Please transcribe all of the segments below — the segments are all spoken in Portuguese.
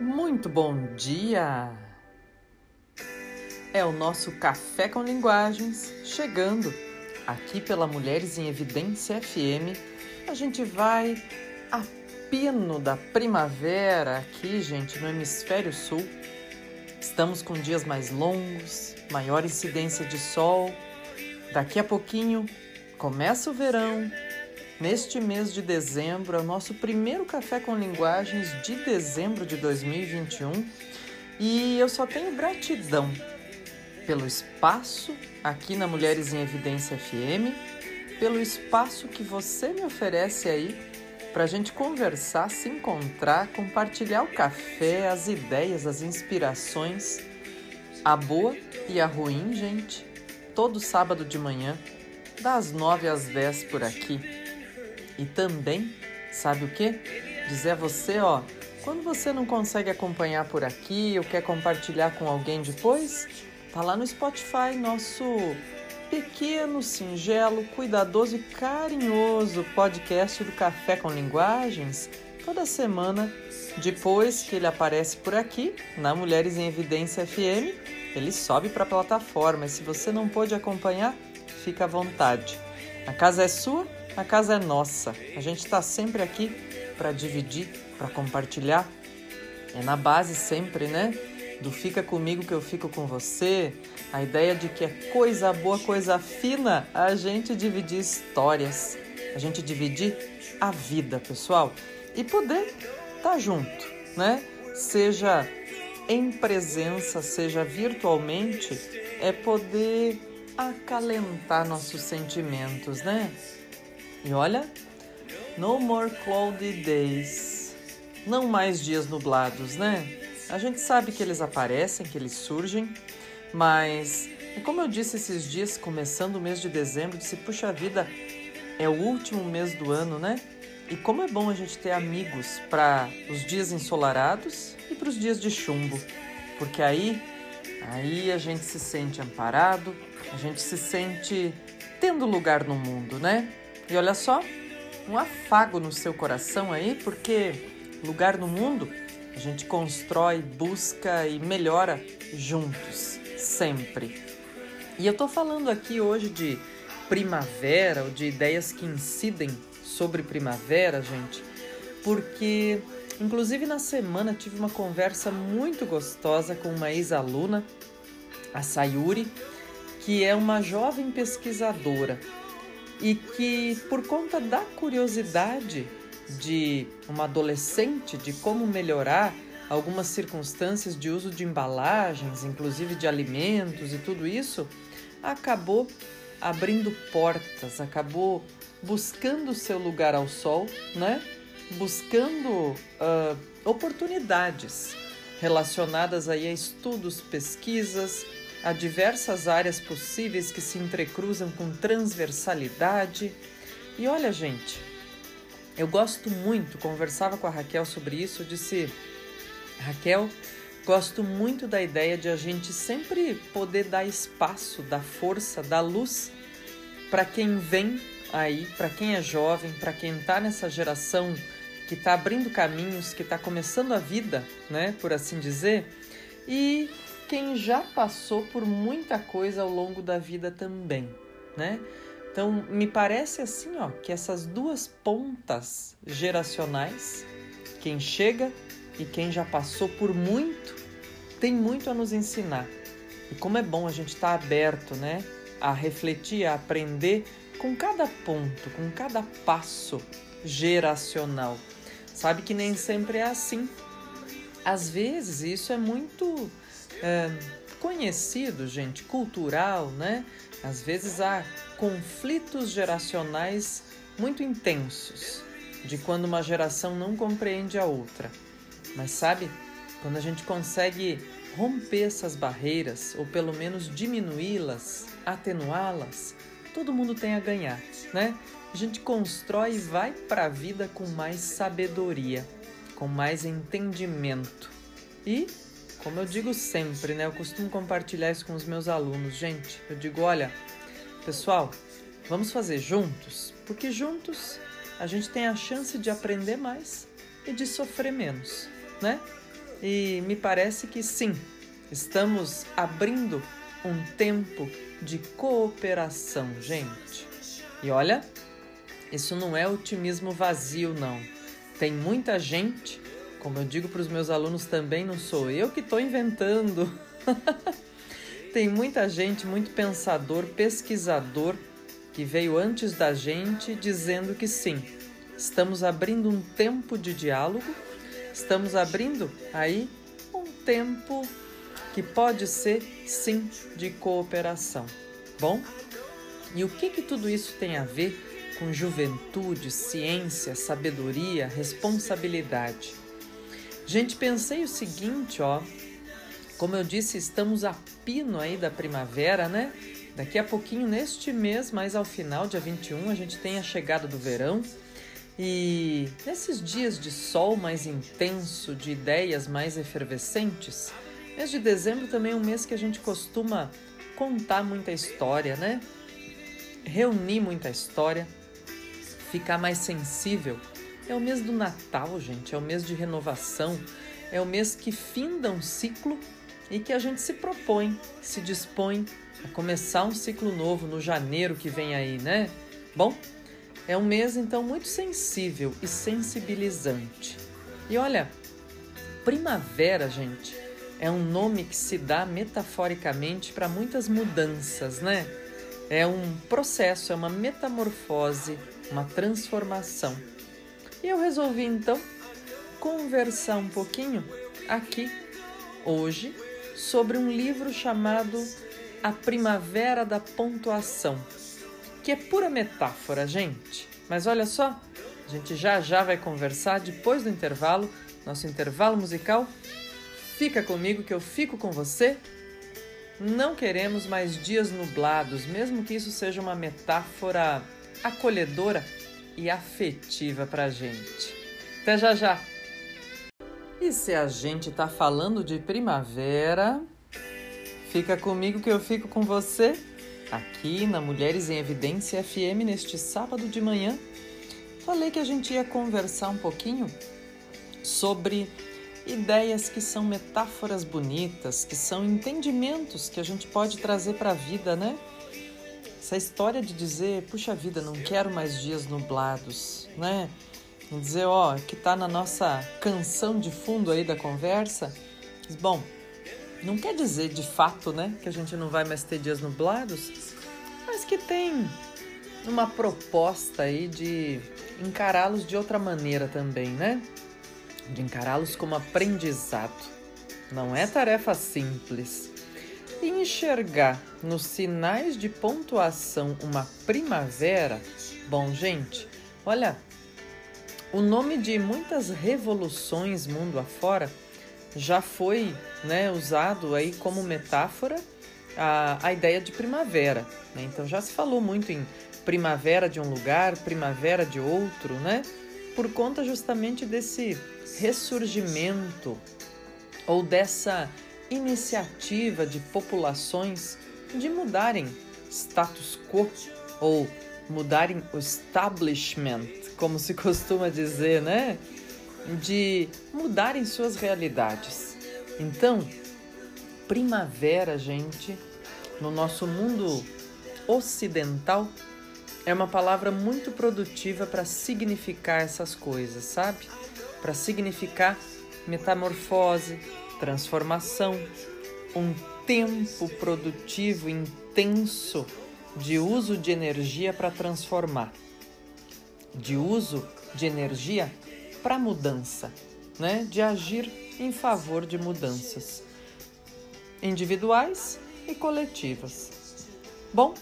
Muito bom dia! É o nosso Café com Linguagens chegando aqui pela Mulheres em Evidência FM. A gente vai a pino da primavera aqui, gente, no hemisfério sul. Estamos com dias mais longos, maior incidência de sol. Daqui a pouquinho começa o verão. Neste mês de dezembro, é o nosso primeiro Café com Linguagens de dezembro de 2021 e eu só tenho gratidão pelo espaço aqui na Mulheres em Evidência FM, pelo espaço que você me oferece aí para a gente conversar, se encontrar, compartilhar o café, as ideias, as inspirações, a boa e a ruim, gente, todo sábado de manhã, das 9 às 10 por aqui. E também, sabe o quê? Dizer a você, quando você não consegue acompanhar por aqui ou quer compartilhar com alguém depois, tá lá no Spotify, nosso pequeno, singelo, cuidadoso e carinhoso podcast do Café com Linguagens. Toda semana, depois que ele aparece por aqui, na Mulheres em Evidência FM, ele sobe para a plataforma. E se você não pôde acompanhar, fica à vontade. A casa é sua, a casa é nossa. A gente está sempre aqui para dividir, para compartilhar. É na base sempre, né? Do fica comigo que eu fico com você. A ideia de que é coisa boa, coisa fina, a gente dividir histórias. A gente dividir a vida, pessoal. E poder estar junto, né? Seja em presença, seja virtualmente, é poder acalentar nossos sentimentos, né? E olha, no more cloudy days. Não mais dias nublados, né? A gente sabe que eles aparecem, que eles surgem, mas, como eu disse esses dias, começando o mês de dezembro, disse, puxa vida, é o último mês do ano, né? E como é bom a gente ter amigos para os dias ensolarados e para os dias de chumbo, porque aí a gente se sente amparado, a gente se sente tendo lugar no mundo, né? E olha só, um afago no seu coração aí, porque lugar no mundo a gente constrói, busca e melhora juntos, sempre. E eu tô falando aqui hoje de primavera, ou de ideias que incidem sobre primavera, gente, porque, inclusive na semana, tive uma conversa muito gostosa com uma ex-aluna, a Sayuri, que é uma jovem pesquisadora e que, por conta da curiosidade de uma adolescente de como melhorar algumas circunstâncias de uso de embalagens, inclusive de alimentos e tudo isso, acabou abrindo portas, acabou buscando seu lugar ao sol, né? Buscando oportunidades relacionadas aí a estudos, pesquisas, a diversas áreas possíveis que se entrecruzam com transversalidade. E olha, gente, eu gosto muito, conversava com a Raquel sobre isso, eu disse, Raquel, gosto muito da ideia de a gente sempre poder dar espaço, dar força, dar luz para quem vem aí, para quem é jovem, para quem está nessa geração que está abrindo caminhos, que está começando a vida, né, por assim dizer, e quem já passou por muita coisa ao longo da vida também, né? Então, me parece assim, que essas duas pontas geracionais, quem chega e quem já passou por muito, tem muito a nos ensinar. E como é bom a gente estar aberto, né, a refletir, a aprender com cada ponto, com cada passo geracional. Sabe que nem sempre é assim. Às vezes, isso é muito conhecido, gente, cultural, né? Às vezes há conflitos geracionais muito intensos, de quando uma geração não compreende a outra. Mas sabe, quando a gente consegue romper essas barreiras, ou pelo menos diminuí-las, atenuá-las, todo mundo tem a ganhar, né? A gente constrói e vai para a vida com mais sabedoria, com mais entendimento. E, como eu digo sempre, né? Eu costumo compartilhar isso com os meus alunos. Gente, eu digo, olha, pessoal, vamos fazer juntos, porque juntos a gente tem a chance de aprender mais e de sofrer menos, né? E me parece que sim, estamos abrindo um tempo de cooperação, gente. E olha, isso não é otimismo vazio, não. Tem muita gente, como eu digo para os meus alunos também, não sou eu que estou inventando. Tem muita gente, muito pensador, pesquisador, que veio antes da gente dizendo que sim, estamos abrindo um tempo de diálogo, estamos abrindo aí um tempo que pode ser, sim, de cooperação. Bom, e o que tudo isso tem a ver com juventude, ciência, sabedoria, responsabilidade? Gente, pensei o seguinte, como eu disse, estamos a pino aí da primavera, né? Daqui a pouquinho, neste mês, mais ao final, dia 21, a gente tem a chegada do verão. E nesses dias de sol mais intenso, de ideias mais efervescentes, mês de dezembro também é um mês que a gente costuma contar muita história, né? Reunir muita história, ficar mais sensível. É o mês do Natal, gente, é o mês de renovação, é o mês que finda um ciclo e que a gente se propõe, se dispõe a começar um ciclo novo no janeiro que vem aí, né? Bom, é um mês, então, muito sensível e sensibilizante. E olha, primavera, gente, é um nome que se dá metaforicamente para muitas mudanças, né? É um processo, é uma metamorfose, uma transformação. E eu resolvi, então, conversar um pouquinho aqui, hoje, sobre um livro chamado A Primavera da Pontuação, que é pura metáfora, gente. Mas olha só, a gente já vai conversar depois do intervalo, nosso intervalo musical. Fica comigo que eu fico com você. Não queremos mais dias nublados, mesmo que isso seja uma metáfora acolhedora e afetiva pra gente. Até já! E se a gente tá falando de primavera, fica comigo que eu fico com você, aqui na Mulheres em Evidência FM, neste sábado de manhã. Falei que a gente ia conversar um pouquinho sobre ideias que são metáforas bonitas, que são entendimentos que a gente pode trazer para a vida, né? Essa história de dizer, puxa vida, não quero mais dias nublados, né? Dizer, que tá na nossa canção de fundo aí da conversa. Bom, não quer dizer de fato, né, que a gente não vai mais ter dias nublados, mas que tem uma proposta aí de encará-los de outra maneira também, né? De encará-los como aprendizado. Não é tarefa simples. E enxergar nos sinais de pontuação uma primavera, bom, gente, olha, o nome de muitas revoluções mundo afora já foi, né, usado aí como metáfora a ideia de primavera, né? Então já se falou muito em primavera de um lugar, primavera de outro, né? Por conta justamente desse ressurgimento ou dessa iniciativa de populações de mudarem status quo ou mudarem o establishment, como se costuma dizer, né? De mudarem suas realidades. Então, primavera, gente, no nosso mundo ocidental, é uma palavra muito produtiva para significar essas coisas, sabe? Para significar metamorfose, transformação, um tempo produtivo intenso de uso de energia para transformar, de uso de energia para mudança, né? De agir em favor de mudanças individuais e coletivas. Bom,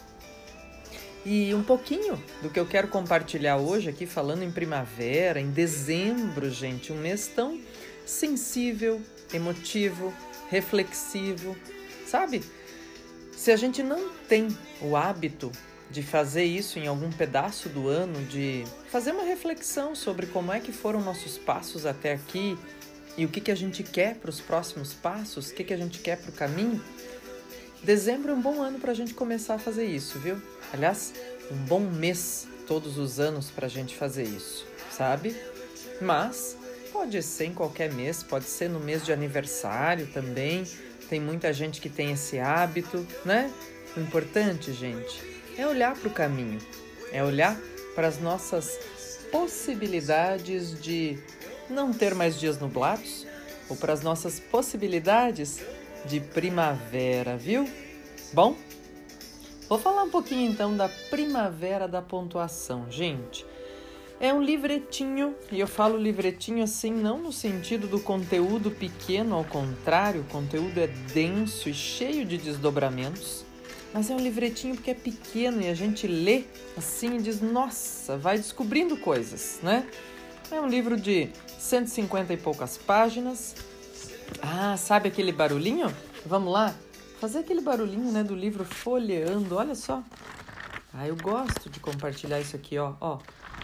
e um pouquinho do que eu quero compartilhar hoje aqui, falando em primavera, em dezembro, gente, um mês tão sensível, emotivo, reflexivo, sabe? Se a gente não tem o hábito de fazer isso em algum pedaço do ano, de fazer uma reflexão sobre como é que foram nossos passos até aqui e o que a gente quer para os próximos passos, o que a gente quer para o caminho, dezembro é um bom ano para a gente começar a fazer isso, viu? Aliás, um bom mês todos os anos para a gente fazer isso, sabe? Mas pode ser em qualquer mês, pode ser no mês de aniversário também. Tem muita gente que tem esse hábito, né? O importante, gente, é olhar para o caminho, é olhar para as nossas possibilidades de não ter mais dias nublados, ou para as nossas possibilidades de primavera, viu? Bom, vou falar um pouquinho então da Primavera da Pontuação, gente. É um livretinho, e eu falo livretinho assim, não no sentido do conteúdo pequeno, ao contrário, o conteúdo é denso e cheio de desdobramentos, mas é um livretinho porque é pequeno e a gente lê assim e diz, nossa, vai descobrindo coisas, né? É um livro de 150 e poucas páginas. Ah, sabe aquele barulhinho? Vamos lá? Fazer aquele barulhinho, né, do livro folheando, olha só. Ah, eu gosto de compartilhar isso aqui, ó.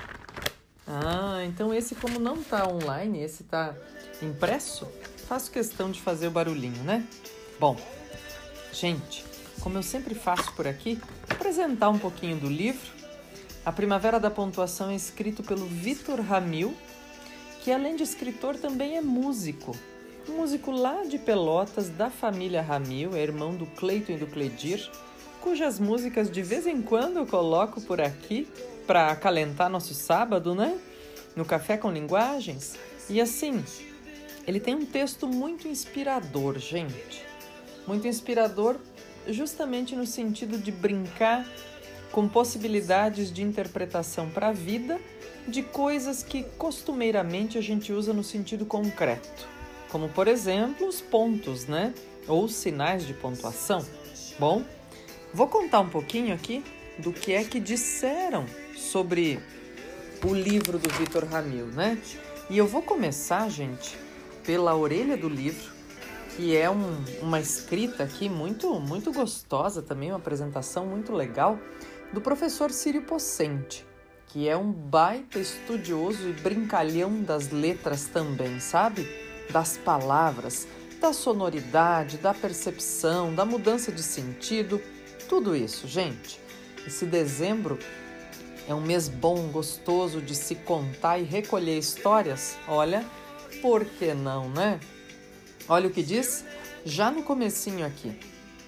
Ah, então esse como não tá online, esse tá impresso, faço questão de fazer o barulhinho, né? Bom, gente, como eu sempre faço por aqui, apresentar um pouquinho do livro. A Primavera da Pontuação é escrito pelo Vitor Ramil, que além de escritor também é músico. Um músico lá de Pelotas, da família Ramil, é irmão do Cleiton e do Cledir, cujas músicas de vez em quando eu coloco por aqui para acalentar nosso sábado, né? No Café com Linguagens. E assim, ele tem um texto muito inspirador, gente. Muito inspirador justamente no sentido de brincar com possibilidades de interpretação para a vida de coisas que costumeiramente a gente usa no sentido concreto. Como, por exemplo, os pontos, né? Ou os sinais de pontuação. Bom, vou contar um pouquinho aqui do que é que disseram sobre o livro do Vitor Ramil, né? E eu vou começar, gente, pela orelha do livro, que é uma escrita aqui muito, muito gostosa também, uma apresentação muito legal, do professor Círio Pocente, que é um baita estudioso e brincalhão das letras também, sabe? Das palavras, da sonoridade, da percepção, da mudança de sentido, tudo isso, gente. Esse dezembro é um mês bom, gostoso de se contar e recolher histórias. Olha, por que não, né? Olha o que diz já no comecinho aqui.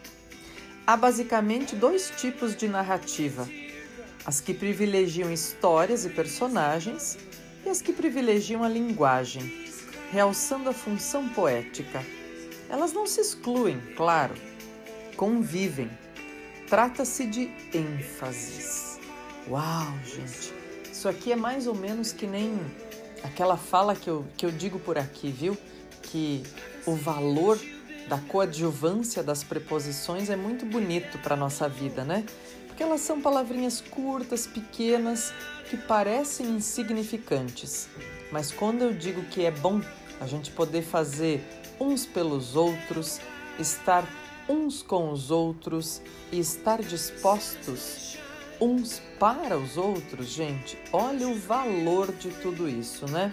Há basicamente dois tipos de narrativa. As que privilegiam histórias e personagens e as que privilegiam a linguagem, realçando a função poética. Elas não se excluem, claro, convivem. Trata-se de ênfases. Uau, gente! Isso aqui é mais ou menos que nem aquela fala que eu digo por aqui, viu? Que o valor da coadjuvância das preposições é muito bonito para a nossa vida, né? Porque elas são palavrinhas curtas, pequenas, que parecem insignificantes. Mas quando eu digo que é bom a gente poder fazer uns pelos outros, estar uns com os outros e estar dispostos uns para os outros, gente, olha o valor de tudo isso, né?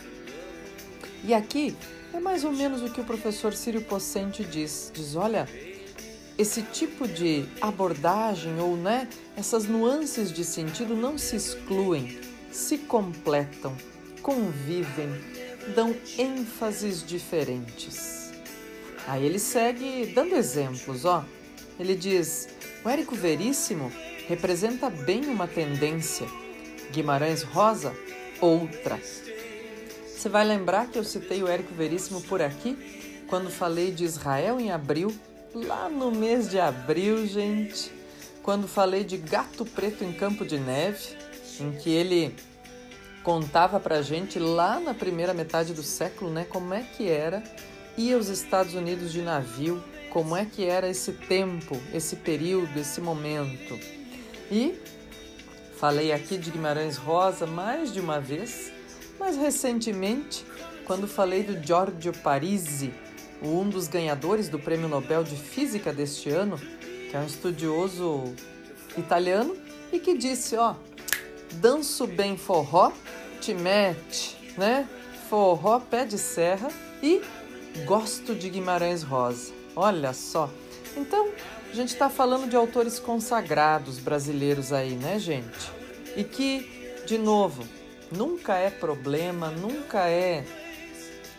E aqui é mais ou menos o que o professor Círio Pocente diz. Diz, olha, esse tipo de abordagem ou, né, essas nuances de sentido não se excluem, se completam, convivem, dão ênfases diferentes. Aí ele segue dando exemplos, ó. Ele diz, o Érico Veríssimo representa bem uma tendência, Guimarães Rosa, outra. Você vai lembrar que eu citei o Érico Veríssimo por aqui, quando falei de Israel em abril, lá no mês de abril, gente, quando falei de Gato Preto em Campo de Neve, em que ele contava pra gente lá na primeira metade do século, né, como é que era ir aos Estados Unidos de navio, como é que era esse tempo, esse período, esse momento. E falei aqui de Guimarães Rosa mais de uma vez, mas recentemente, quando falei do Giorgio Parisi, um dos ganhadores do Prêmio Nobel de Física deste ano, que é um estudioso italiano, e que disse, ó, danço bem forró, te mete, né? Forró, pé de serra e gosto de Guimarães Rosa. Olha só. Então, a gente está falando de autores consagrados brasileiros aí, né, gente? E que, de novo, nunca é problema, nunca é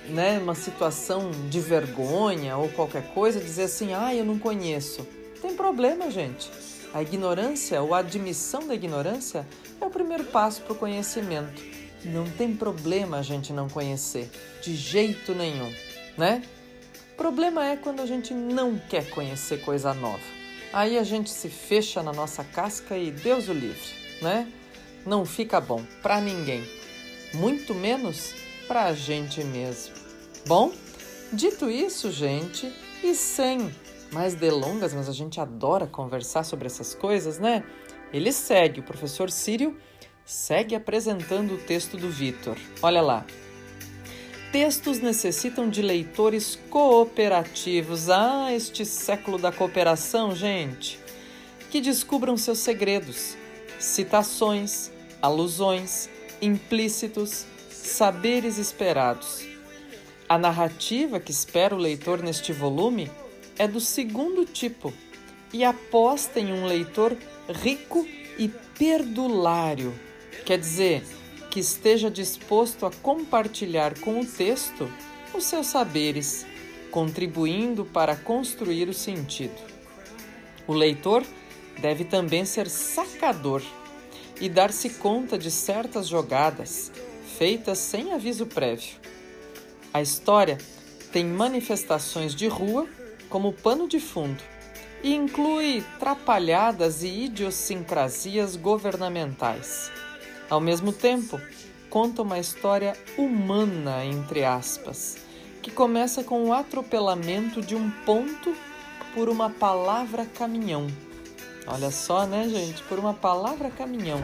né, uma situação de vergonha ou qualquer coisa, dizer assim, eu não conheço. Não tem problema, gente. A ignorância, ou a admissão da ignorância, é o primeiro passo para o conhecimento. Não tem problema a gente não conhecer, de jeito nenhum, né? O problema é quando a gente não quer conhecer coisa nova. Aí a gente se fecha na nossa casca e Deus o livre, né? Não fica bom para ninguém, muito menos para a gente mesmo. Bom, dito isso, gente, e sem mais delongas, mas a gente adora conversar sobre essas coisas, né? O professor Círio segue apresentando o texto do Vitor. Olha lá. Textos necessitam de leitores cooperativos. Este século da cooperação, gente. Que descubram seus segredos, citações, alusões, implícitos, saberes esperados. A narrativa que espera o leitor neste volume é do segundo tipo e aposta em um leitor rico e perdulário, quer dizer, que esteja disposto a compartilhar com o texto os seus saberes, contribuindo para construir o sentido. O leitor deve também ser sacador e dar-se conta de certas jogadas feitas sem aviso prévio. A história tem manifestações de rua como pano de fundo e inclui trapalhadas e idiosincrasias governamentais. Ao mesmo tempo, conta uma história humana, entre aspas, que começa com o atropelamento de um ponto por uma palavra caminhão. Olha só, né, gente? Por uma palavra caminhão.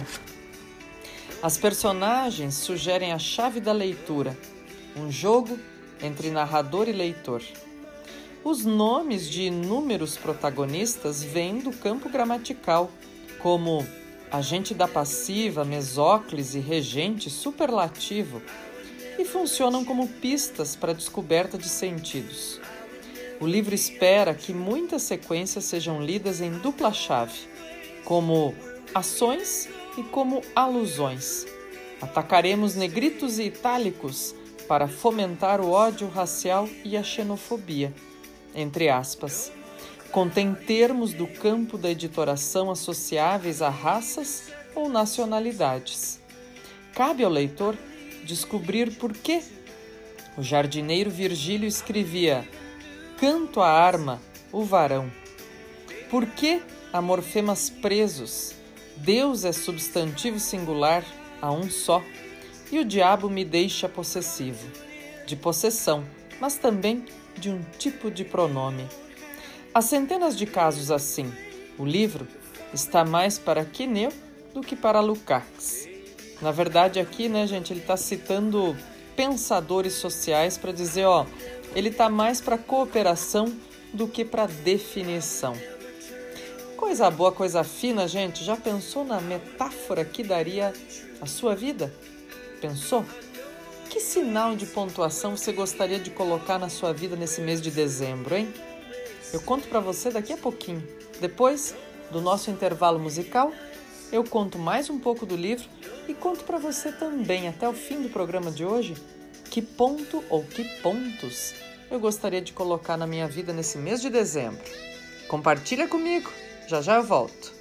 As personagens sugerem a chave da leitura, um jogo entre narrador e leitor. Os nomes de inúmeros protagonistas vêm do campo gramatical, como agente da passiva, mesóclise, regente, superlativo, e funcionam como pistas para a descoberta de sentidos. O livro espera que muitas sequências sejam lidas em dupla chave, como ações e como alusões. Atacaremos negritos e itálicos para fomentar o ódio racial e a xenofobia, entre aspas. Contém termos do campo da editoração associáveis a raças ou nacionalidades. Cabe ao leitor descobrir por que o jardineiro Virgílio escrevia canto à arma, o varão. Por que há morfemas presos? Deus é substantivo singular, a um só, e o diabo me deixa possessivo, de possessão, mas também de um tipo de pronome. Há centenas de casos assim. O livro está mais para Quineu do que para Lukács. Na verdade, aqui, né, gente, ele está citando pensadores sociais para dizer, ele está mais para cooperação do que para definição. Coisa boa, coisa fina, gente. Já pensou na metáfora que daria a sua vida? Pensou? Que sinal de pontuação você gostaria de colocar na sua vida nesse mês de dezembro, hein? Eu conto para você daqui a pouquinho. Depois do nosso intervalo musical, eu conto mais um pouco do livro e conto para você também, até o fim do programa de hoje, que ponto ou que pontos eu gostaria de colocar na minha vida nesse mês de dezembro. Compartilha comigo, já já eu volto.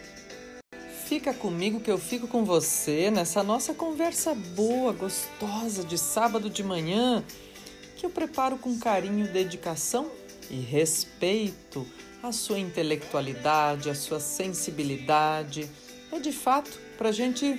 Fica comigo que eu fico com você nessa nossa conversa boa, gostosa de sábado de manhã, que eu preparo com carinho, dedicação e respeito a sua intelectualidade, a sua sensibilidade. É de fato para a gente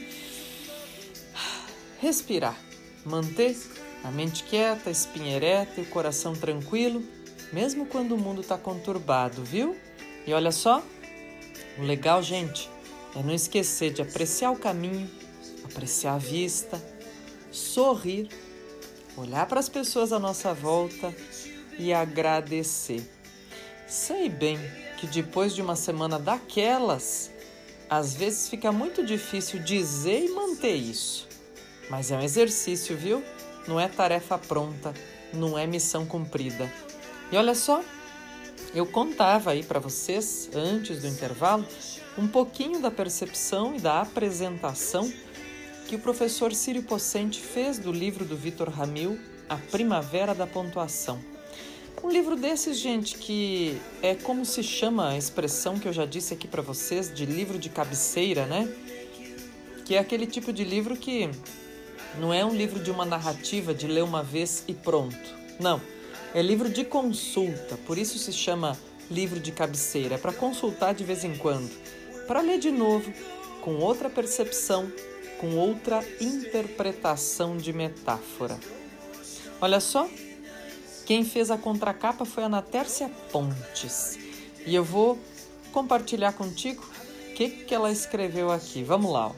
respirar, manter a mente quieta, a espinha ereta e o coração tranquilo, mesmo quando o mundo está conturbado, viu? E olha só, o legal, gente, é não esquecer de apreciar o caminho, apreciar a vista, sorrir, olhar para as pessoas à nossa volta e agradecer. Sei bem que depois de uma semana daquelas, às vezes fica muito difícil dizer e manter isso. Mas é um exercício, viu? Não é tarefa pronta, não é missão cumprida. E olha só, eu contava aí para vocês, antes do intervalo, um pouquinho da percepção e da apresentação que o professor Círio Possente fez do livro do Vitor Ramil, A Primavera da Pontuação. Um livro desses, gente, que é como se chama a expressão que eu já disse aqui para vocês, de livro de cabeceira, né? Que é aquele tipo de livro que não é um livro de uma narrativa, de ler uma vez e pronto. Não, é livro de consulta, por isso se chama livro de cabeceira. É para consultar de vez em quando, para ler de novo, com outra percepção, com outra interpretação de metáfora. Olha só, quem fez a contracapa foi a Ana Tércia Pontes. E eu vou compartilhar contigo o que ela escreveu aqui. Vamos lá.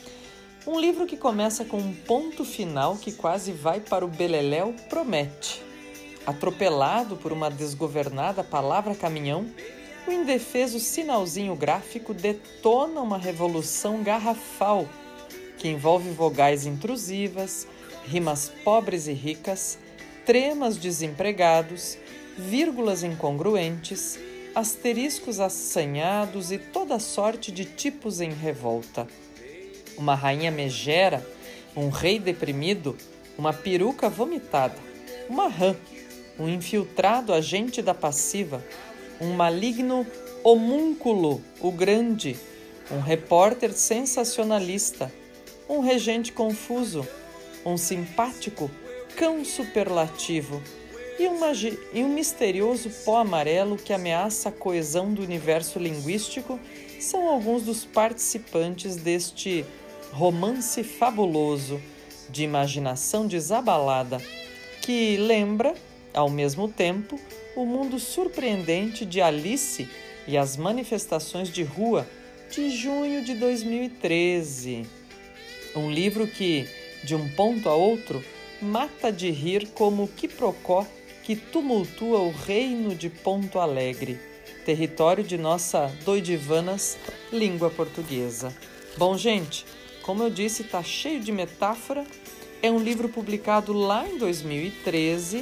Ó. Um livro que começa com um ponto final que quase vai para o beleléu promete. Atropelado por uma desgovernada palavra caminhão, o indefeso sinalzinho gráfico detona uma revolução garrafal que envolve vogais intrusivas, rimas pobres e ricas, tremas desempregados, vírgulas incongruentes, asteriscos assanhados e toda sorte de tipos em revolta. Uma rainha megera, um rei deprimido, uma peruca vomitada, uma rã, um infiltrado agente da passiva, um maligno homúnculo, o grande, um repórter sensacionalista, um regente confuso, um simpático cão superlativo e um misterioso pó amarelo que ameaça a coesão do universo linguístico são alguns dos participantes deste romance fabuloso de imaginação desabalada que lembra, ao mesmo tempo, o mundo surpreendente de Alice e as manifestações de rua de junho de 2013. Um livro que, de um ponto a outro, mata de rir como o quiprocó que tumultua o reino de Ponto Alegre, território de nossa doidivanas língua portuguesa. Bom, gente, como eu disse, está cheio de metáfora. É um livro publicado lá em 2013,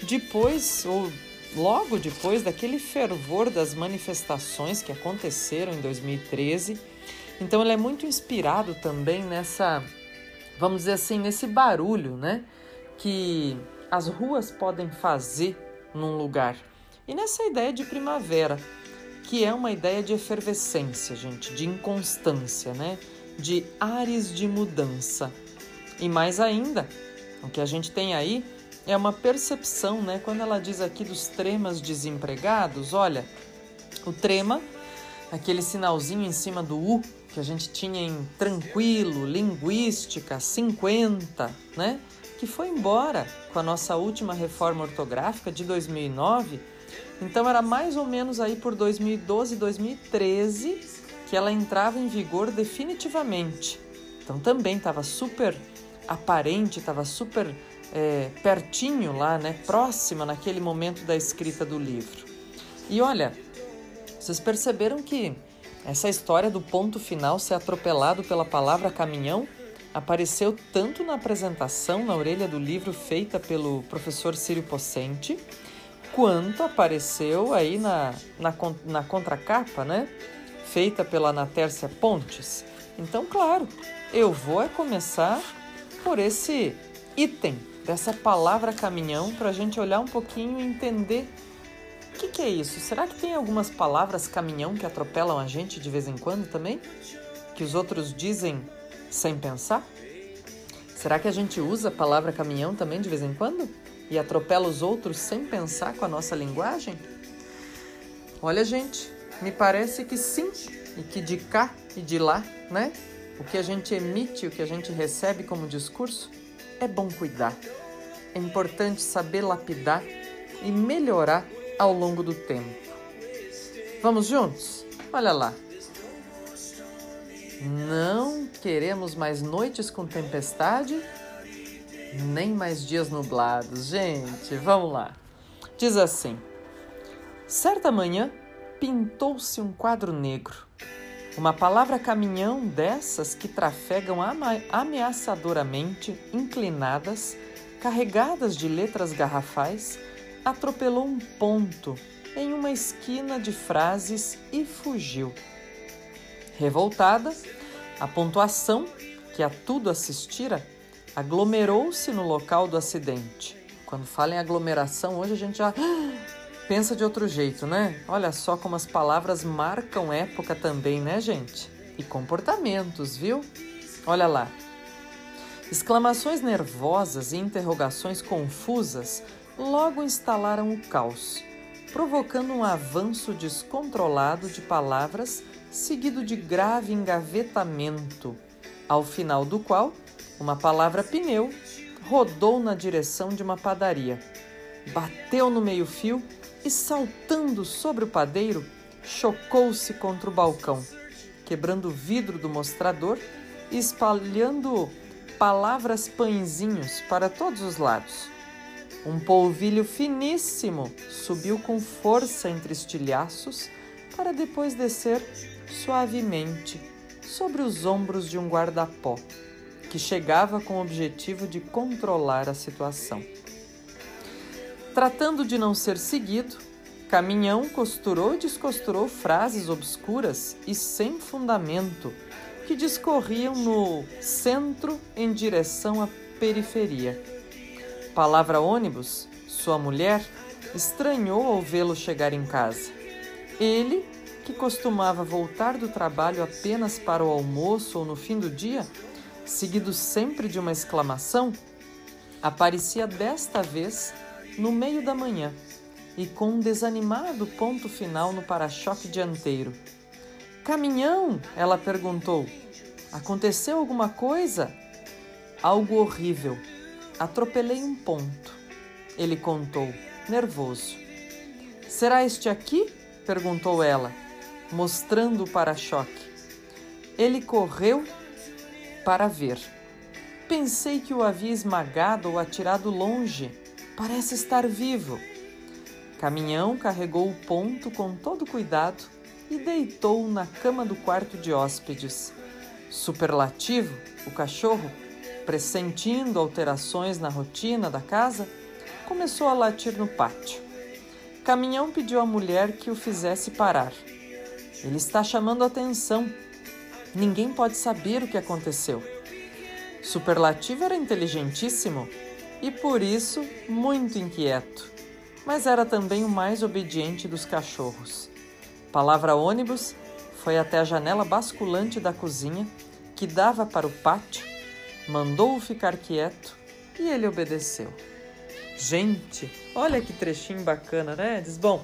logo depois daquele fervor das manifestações que aconteceram em 2013. Então ele é muito inspirado também nessa, vamos dizer assim, nesse barulho, né, que as ruas podem fazer num lugar. E nessa ideia de primavera, que é uma ideia de efervescência, gente, de inconstância, né, de ares de mudança. E mais ainda, o que a gente tem aí é uma percepção, né, quando ela diz aqui dos tremas desempregados, olha, o trema, aquele sinalzinho em cima do U, que a gente tinha em tranquilo, linguística, 50, né? Que foi embora com a nossa última reforma ortográfica de 2009. Então era mais ou menos aí por 2012, 2013 que ela entrava em vigor definitivamente. Então também estava super aparente, estava super pertinho lá, né? Próxima naquele momento da escrita do livro. E olha, vocês perceberam que essa história do ponto final ser atropelado pela palavra caminhão apareceu tanto na apresentação, na orelha do livro feita pelo professor Círio Pocente, quanto apareceu aí na contracapa, né? Feita pela Ana Tércia Pontes. Então, claro, eu vou começar por esse item dessa palavra caminhão para a gente olhar um pouquinho e entender o que é isso? Será que tem algumas palavras caminhão que atropelam a gente de vez em quando também? Que os outros dizem sem pensar? Será que a gente usa a palavra caminhão também de vez em quando? E atropela os outros sem pensar com a nossa linguagem? Olha, gente, me parece que sim, e que de cá e de lá, né? O que a gente emite, o que a gente recebe como discurso, é bom cuidar. É importante saber lapidar e melhorar ao longo do tempo. Vamos juntos? Olha lá. Não queremos mais noites com tempestade, nem mais dias nublados. Gente, vamos lá. Diz assim: certa manhã pintou-se um quadro negro. Uma palavra caminhão dessas que trafegam ameaçadoramente, inclinadas, carregadas de letras garrafais, atropelou um ponto em uma esquina de frases e fugiu. Revoltada, a pontuação, que a tudo assistira, aglomerou-se no local do acidente. Quando fala em aglomeração, hoje a gente já pensa de outro jeito, né? Olha só como as palavras marcam época também, né, gente? E comportamentos, viu? Olha lá. Exclamações nervosas e interrogações confusas logo instalaram o caos, provocando um avanço descontrolado de palavras seguido de grave engavetamento, ao final do qual uma palavra pneu rodou na direção de uma padaria, bateu no meio-fio e, saltando sobre o padeiro, chocou-se contra o balcão, quebrando o vidro do mostrador e espalhando palavras pãezinhos para todos os lados. Um polvilho finíssimo subiu com força entre estilhaços para depois descer suavemente sobre os ombros de um guarda-pó, que chegava com o objetivo de controlar a situação. Tratando de não ser seguido, Caminhão costurou e descosturou frases obscuras e sem fundamento que discorriam no centro em direção à periferia. Palavra ônibus, sua mulher, estranhou ao vê-lo chegar em casa. Ele, que costumava voltar do trabalho apenas para o almoço ou no fim do dia, seguido sempre de uma exclamação, aparecia desta vez no meio da manhã e com um desanimado ponto final no para-choque dianteiro. "Caminhão?" ela perguntou. "Aconteceu alguma coisa?" "Algo horrível. Atropelei um ponto." Ele contou, nervoso. "Será este aqui?" perguntou ela, mostrando o para-choque. Ele correu para ver. "Pensei que o havia esmagado ou atirado longe. Parece estar vivo." Caminhão carregou o ponto com todo cuidado e deitou-o na cama do quarto de hóspedes. Superlativo, o cachorro, pressentindo alterações na rotina da casa, começou a latir no pátio. Caminhão pediu à mulher que o fizesse parar. "Ele está chamando a atenção. Ninguém pode saber o que aconteceu." Superlativo era inteligentíssimo e, por isso, muito inquieto, mas era também o mais obediente dos cachorros. Palavra ônibus foi até a janela basculante da cozinha, que dava para o pátio, mandou-o ficar quieto e ele obedeceu. Gente, olha que trechinho bacana, né? Diz, bom,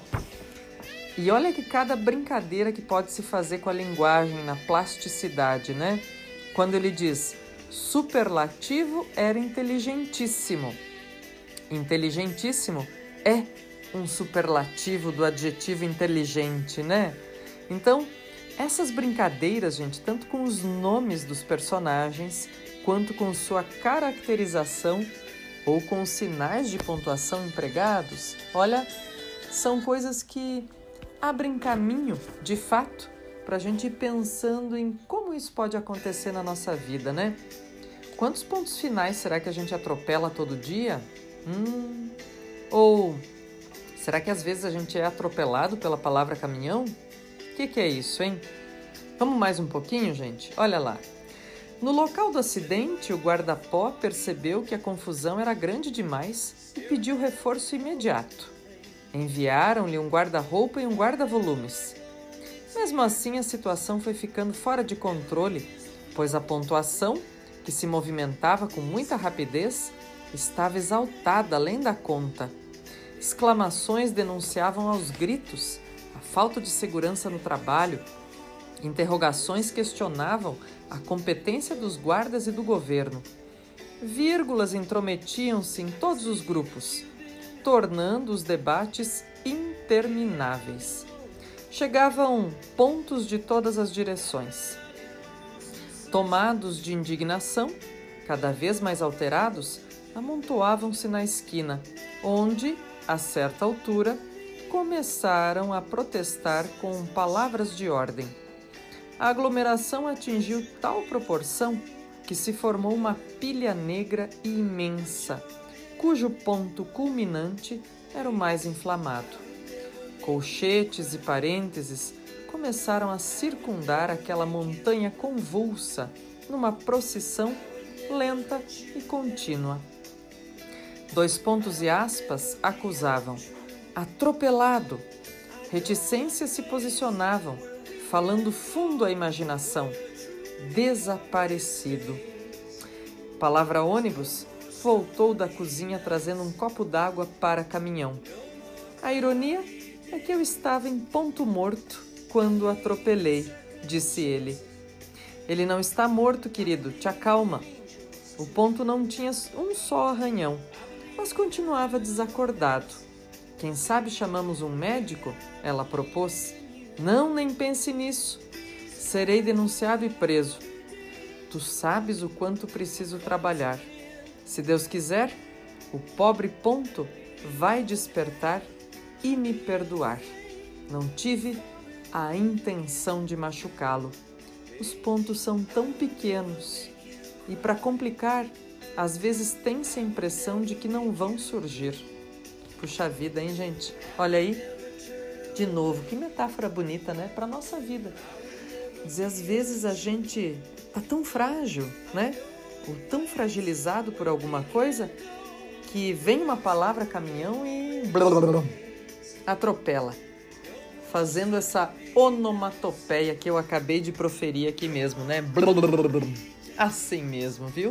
e olha que cada brincadeira que pode se fazer com a linguagem na plasticidade, né? Quando ele diz, superlativo era inteligentíssimo. Inteligentíssimo é um superlativo do adjetivo inteligente, né? Então, essas brincadeiras, gente, tanto com os nomes dos personagens, quanto com sua caracterização ou com os sinais de pontuação empregados, olha, são coisas que abrem caminho, de fato, para a gente ir pensando em como isso pode acontecer na nossa vida, né? Quantos pontos finais será que a gente atropela todo dia? Ou será que às vezes a gente é atropelado pela palavra caminhão? O que é isso, hein? Vamos mais um pouquinho, gente? Olha lá. No local do acidente, o guarda-pó percebeu que a confusão era grande demais e pediu reforço imediato. Enviaram-lhe um guarda-roupa e um guarda-volumes. Mesmo assim, a situação foi ficando fora de controle, pois a pontuação, que se movimentava com muita rapidez, estava exaltada além da conta. Exclamações denunciavam aos gritos a falta de segurança no trabalho. Interrogações questionavam a competência dos guardas e do governo. Vírgulas intrometiam-se em todos os grupos, tornando os debates intermináveis. Chegavam pontos de todas as direções. Tomados de indignação, cada vez mais alterados, amontoavam-se na esquina, onde, a certa altura, começaram a protestar com palavras de ordem. A aglomeração atingiu tal proporção que se formou uma pilha negra e imensa, cujo ponto culminante era o mais inflamado. Colchetes e parênteses começaram a circundar aquela montanha convulsa numa procissão lenta e contínua. Dois pontos e aspas acusavam. Atropelado. Reticências se posicionavam, falando fundo à imaginação. Desaparecido. Palavra ônibus voltou da cozinha trazendo um copo d'água para caminhão. A ironia é que eu estava em ponto morto quando o atropelei, disse ele. Ele não está morto, querido, te acalma. O ponto não tinha um só arranhão, mas continuava desacordado. Quem sabe chamamos um médico? Ela propôs. Não, nem pense nisso. Serei denunciado e preso. Tu sabes o quanto preciso trabalhar. Se Deus quiser, o pobre ponto vai despertar e me perdoar. Não tive a intenção de machucá-lo. Os pontos são tão pequenos e, para complicar, às vezes tem-se a impressão de que não vão surgir. Puxa vida, hein, gente? Olha aí, de novo, que metáfora bonita, né? Para a nossa vida. Dizer, às vezes a gente tá tão frágil, né? Ou tão fragilizado por alguma coisa que vem uma palavra caminhão e atropela. Fazendo essa onomatopeia que eu acabei de proferir aqui mesmo, né? Assim mesmo, viu?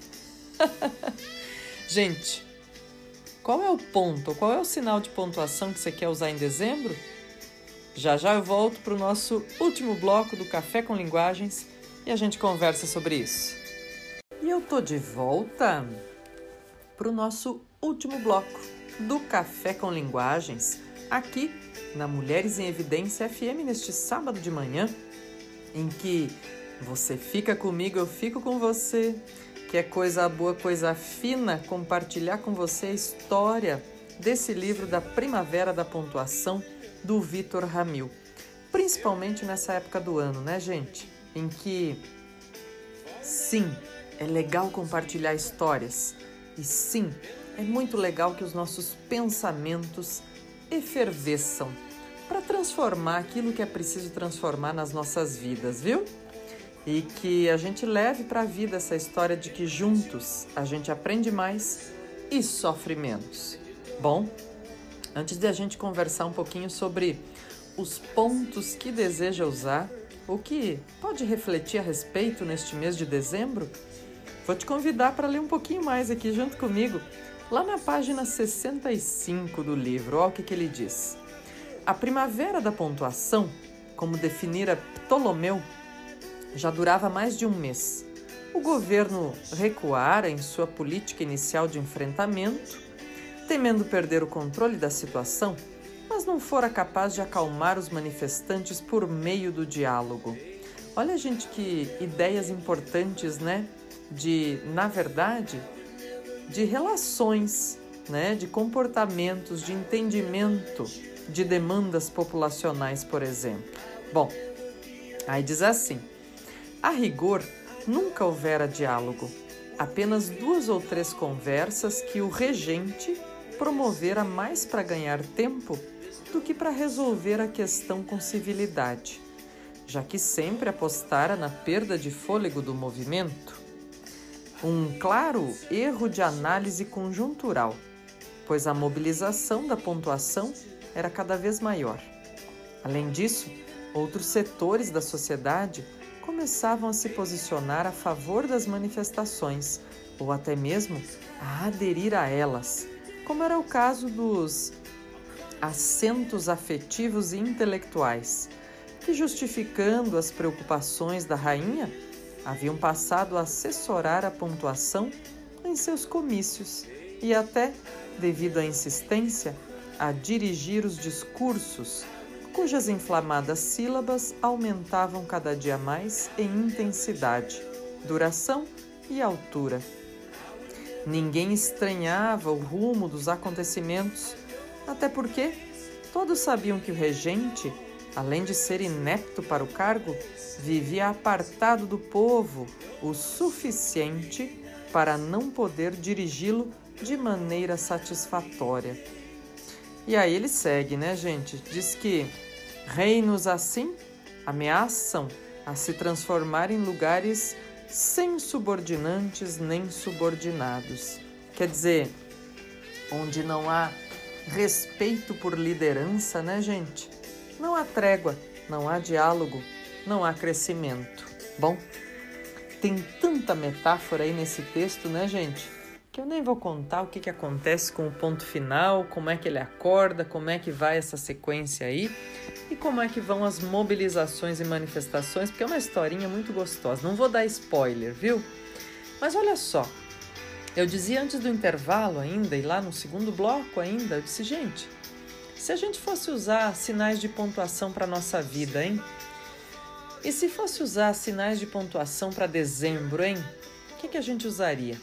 Gente, qual é o ponto, qual é o sinal de pontuação que você quer usar em dezembro? Já já eu volto para o nosso último bloco do Café com Linguagens e a gente conversa sobre isso. E eu tô de volta para o nosso último bloco do Café com Linguagens, aqui na Mulheres em Evidência FM, neste sábado de manhã, em que você fica comigo, eu fico com você, que é coisa boa, coisa fina, compartilhar com você a história desse livro da Primavera da Pontuação, do Victor Ramil. Principalmente nessa época do ano, né, gente? Em que, sim, é legal compartilhar histórias. E sim, é muito legal que os nossos pensamentos efervesçam para transformar aquilo que é preciso transformar nas nossas vidas, viu? E que a gente leve para a vida essa história de que juntos a gente aprende mais e sofre menos. Bom, antes de a gente conversar um pouquinho sobre os pontos que deseja usar, o que pode refletir a respeito neste mês de dezembro, vou te convidar para ler um pouquinho mais aqui junto comigo, lá na página 65 do livro. Olha o que ele diz. A primavera da pontuação, como definira Ptolomeu, já durava mais de um mês. O governo recuara em sua política inicial de enfrentamento, temendo perder o controle da situação, mas não fora capaz de acalmar os manifestantes por meio do diálogo. Olha, gente, que ideias importantes, né? Na verdade, de relações, né? De comportamentos, de entendimento de demandas populacionais, por exemplo. Bom, aí diz assim: a rigor, nunca houvera diálogo, apenas 2 ou 3 conversas que o regente promovera mais para ganhar tempo do que para resolver a questão com civilidade, já que sempre apostara na perda de fôlego do movimento. Um claro erro de análise conjuntural, pois a mobilização da pontuação era cada vez maior. Além disso, outros setores da sociedade começavam a se posicionar a favor das manifestações, ou até mesmo a aderir a elas, como era o caso dos assentos afetivos e intelectuais, que, justificando as preocupações da rainha, haviam passado a assessorar a pontuação em seus comícios e até, devido à insistência, a dirigir os discursos, cujas inflamadas sílabas aumentavam cada dia mais em intensidade, duração e altura. Ninguém estranhava o rumo dos acontecimentos, até porque todos sabiam que o regente, além de ser inepto para o cargo, vivia apartado do povo o suficiente para não poder dirigi-lo de maneira satisfatória. E aí ele segue, né, gente? Diz que reinos assim ameaçam a se transformar em lugares sem subordinantes nem subordinados. Quer dizer, onde não há respeito por liderança, né, gente? Não há trégua, não há diálogo, não há crescimento. Bom, tem tanta metáfora aí nesse texto, né, gente? Que eu nem vou contar o que acontece com o ponto final, como é que ele acorda, como é que vai essa sequência aí e como é que vão as mobilizações e manifestações, porque é uma historinha muito gostosa. Não vou dar spoiler, viu? Mas olha só, eu dizia antes do intervalo ainda, e lá no segundo bloco ainda, eu disse, gente, se a gente fosse usar sinais de pontuação para a nossa vida, hein? E se fosse usar sinais de pontuação para dezembro, hein? O que a gente usaria?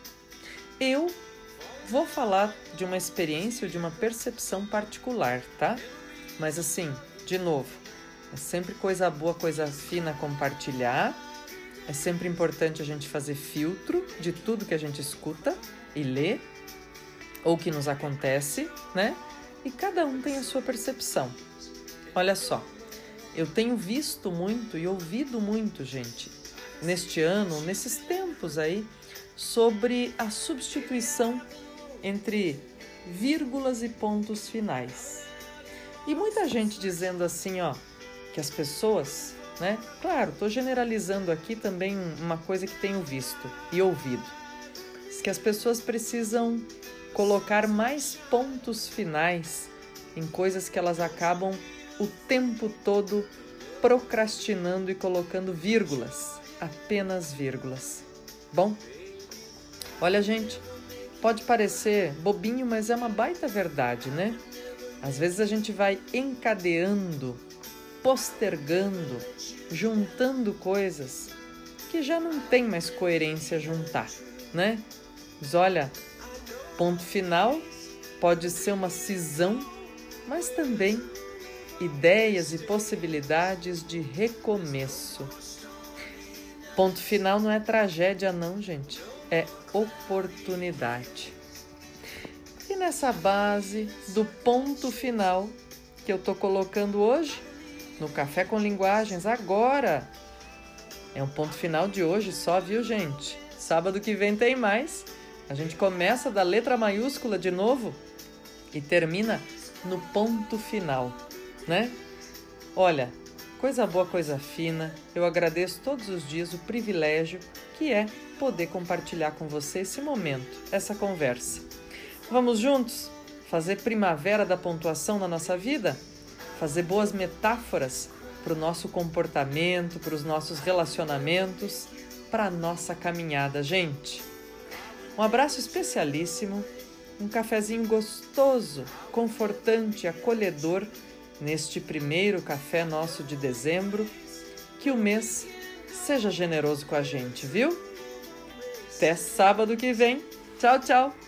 Eu vou falar de uma experiência ou de uma percepção particular, tá? Mas assim, de novo, é sempre coisa boa, coisa fina compartilhar. É sempre importante a gente fazer filtro de tudo que a gente escuta e lê, ou que nos acontece, né? E cada um tem a sua percepção. Olha só, eu tenho visto muito e ouvido muito, gente, neste ano, nesses tempos aí, sobre a substituição entre vírgulas e pontos finais. E muita gente dizendo assim, ó, que as pessoas, né? Claro, estou generalizando aqui também uma coisa que tenho visto e ouvido. Diz que as pessoas precisam colocar mais pontos finais em coisas que elas acabam o tempo todo procrastinando e colocando vírgulas, apenas vírgulas. Bom, olha, gente, pode parecer bobinho, mas é uma baita verdade, né? Às vezes a gente vai encadeando, postergando, juntando coisas que já não tem mais coerência juntar, né? Mas olha, ponto final pode ser uma cisão, mas também ideias e possibilidades de recomeço. Ponto final não é tragédia não, gente, é oportunidade. E nessa base do ponto final que eu tô colocando hoje, no Café com Linguagens, agora, é um ponto final de hoje só, viu, gente? Sábado que vem tem mais. A gente começa da letra maiúscula de novo e termina no ponto final, né? Olha, coisa boa, coisa fina. Eu agradeço todos os dias o privilégio que é poder compartilhar com você esse momento, essa conversa. Vamos juntos fazer primavera da pontuação na nossa vida? Fazer boas metáforas para o nosso comportamento, para os nossos relacionamentos, para a nossa caminhada, gente. Um abraço especialíssimo, um cafezinho gostoso, confortante, acolhedor neste primeiro café nosso de dezembro. Que o mês seja generoso com a gente, viu? Até sábado que vem. Tchau, tchau!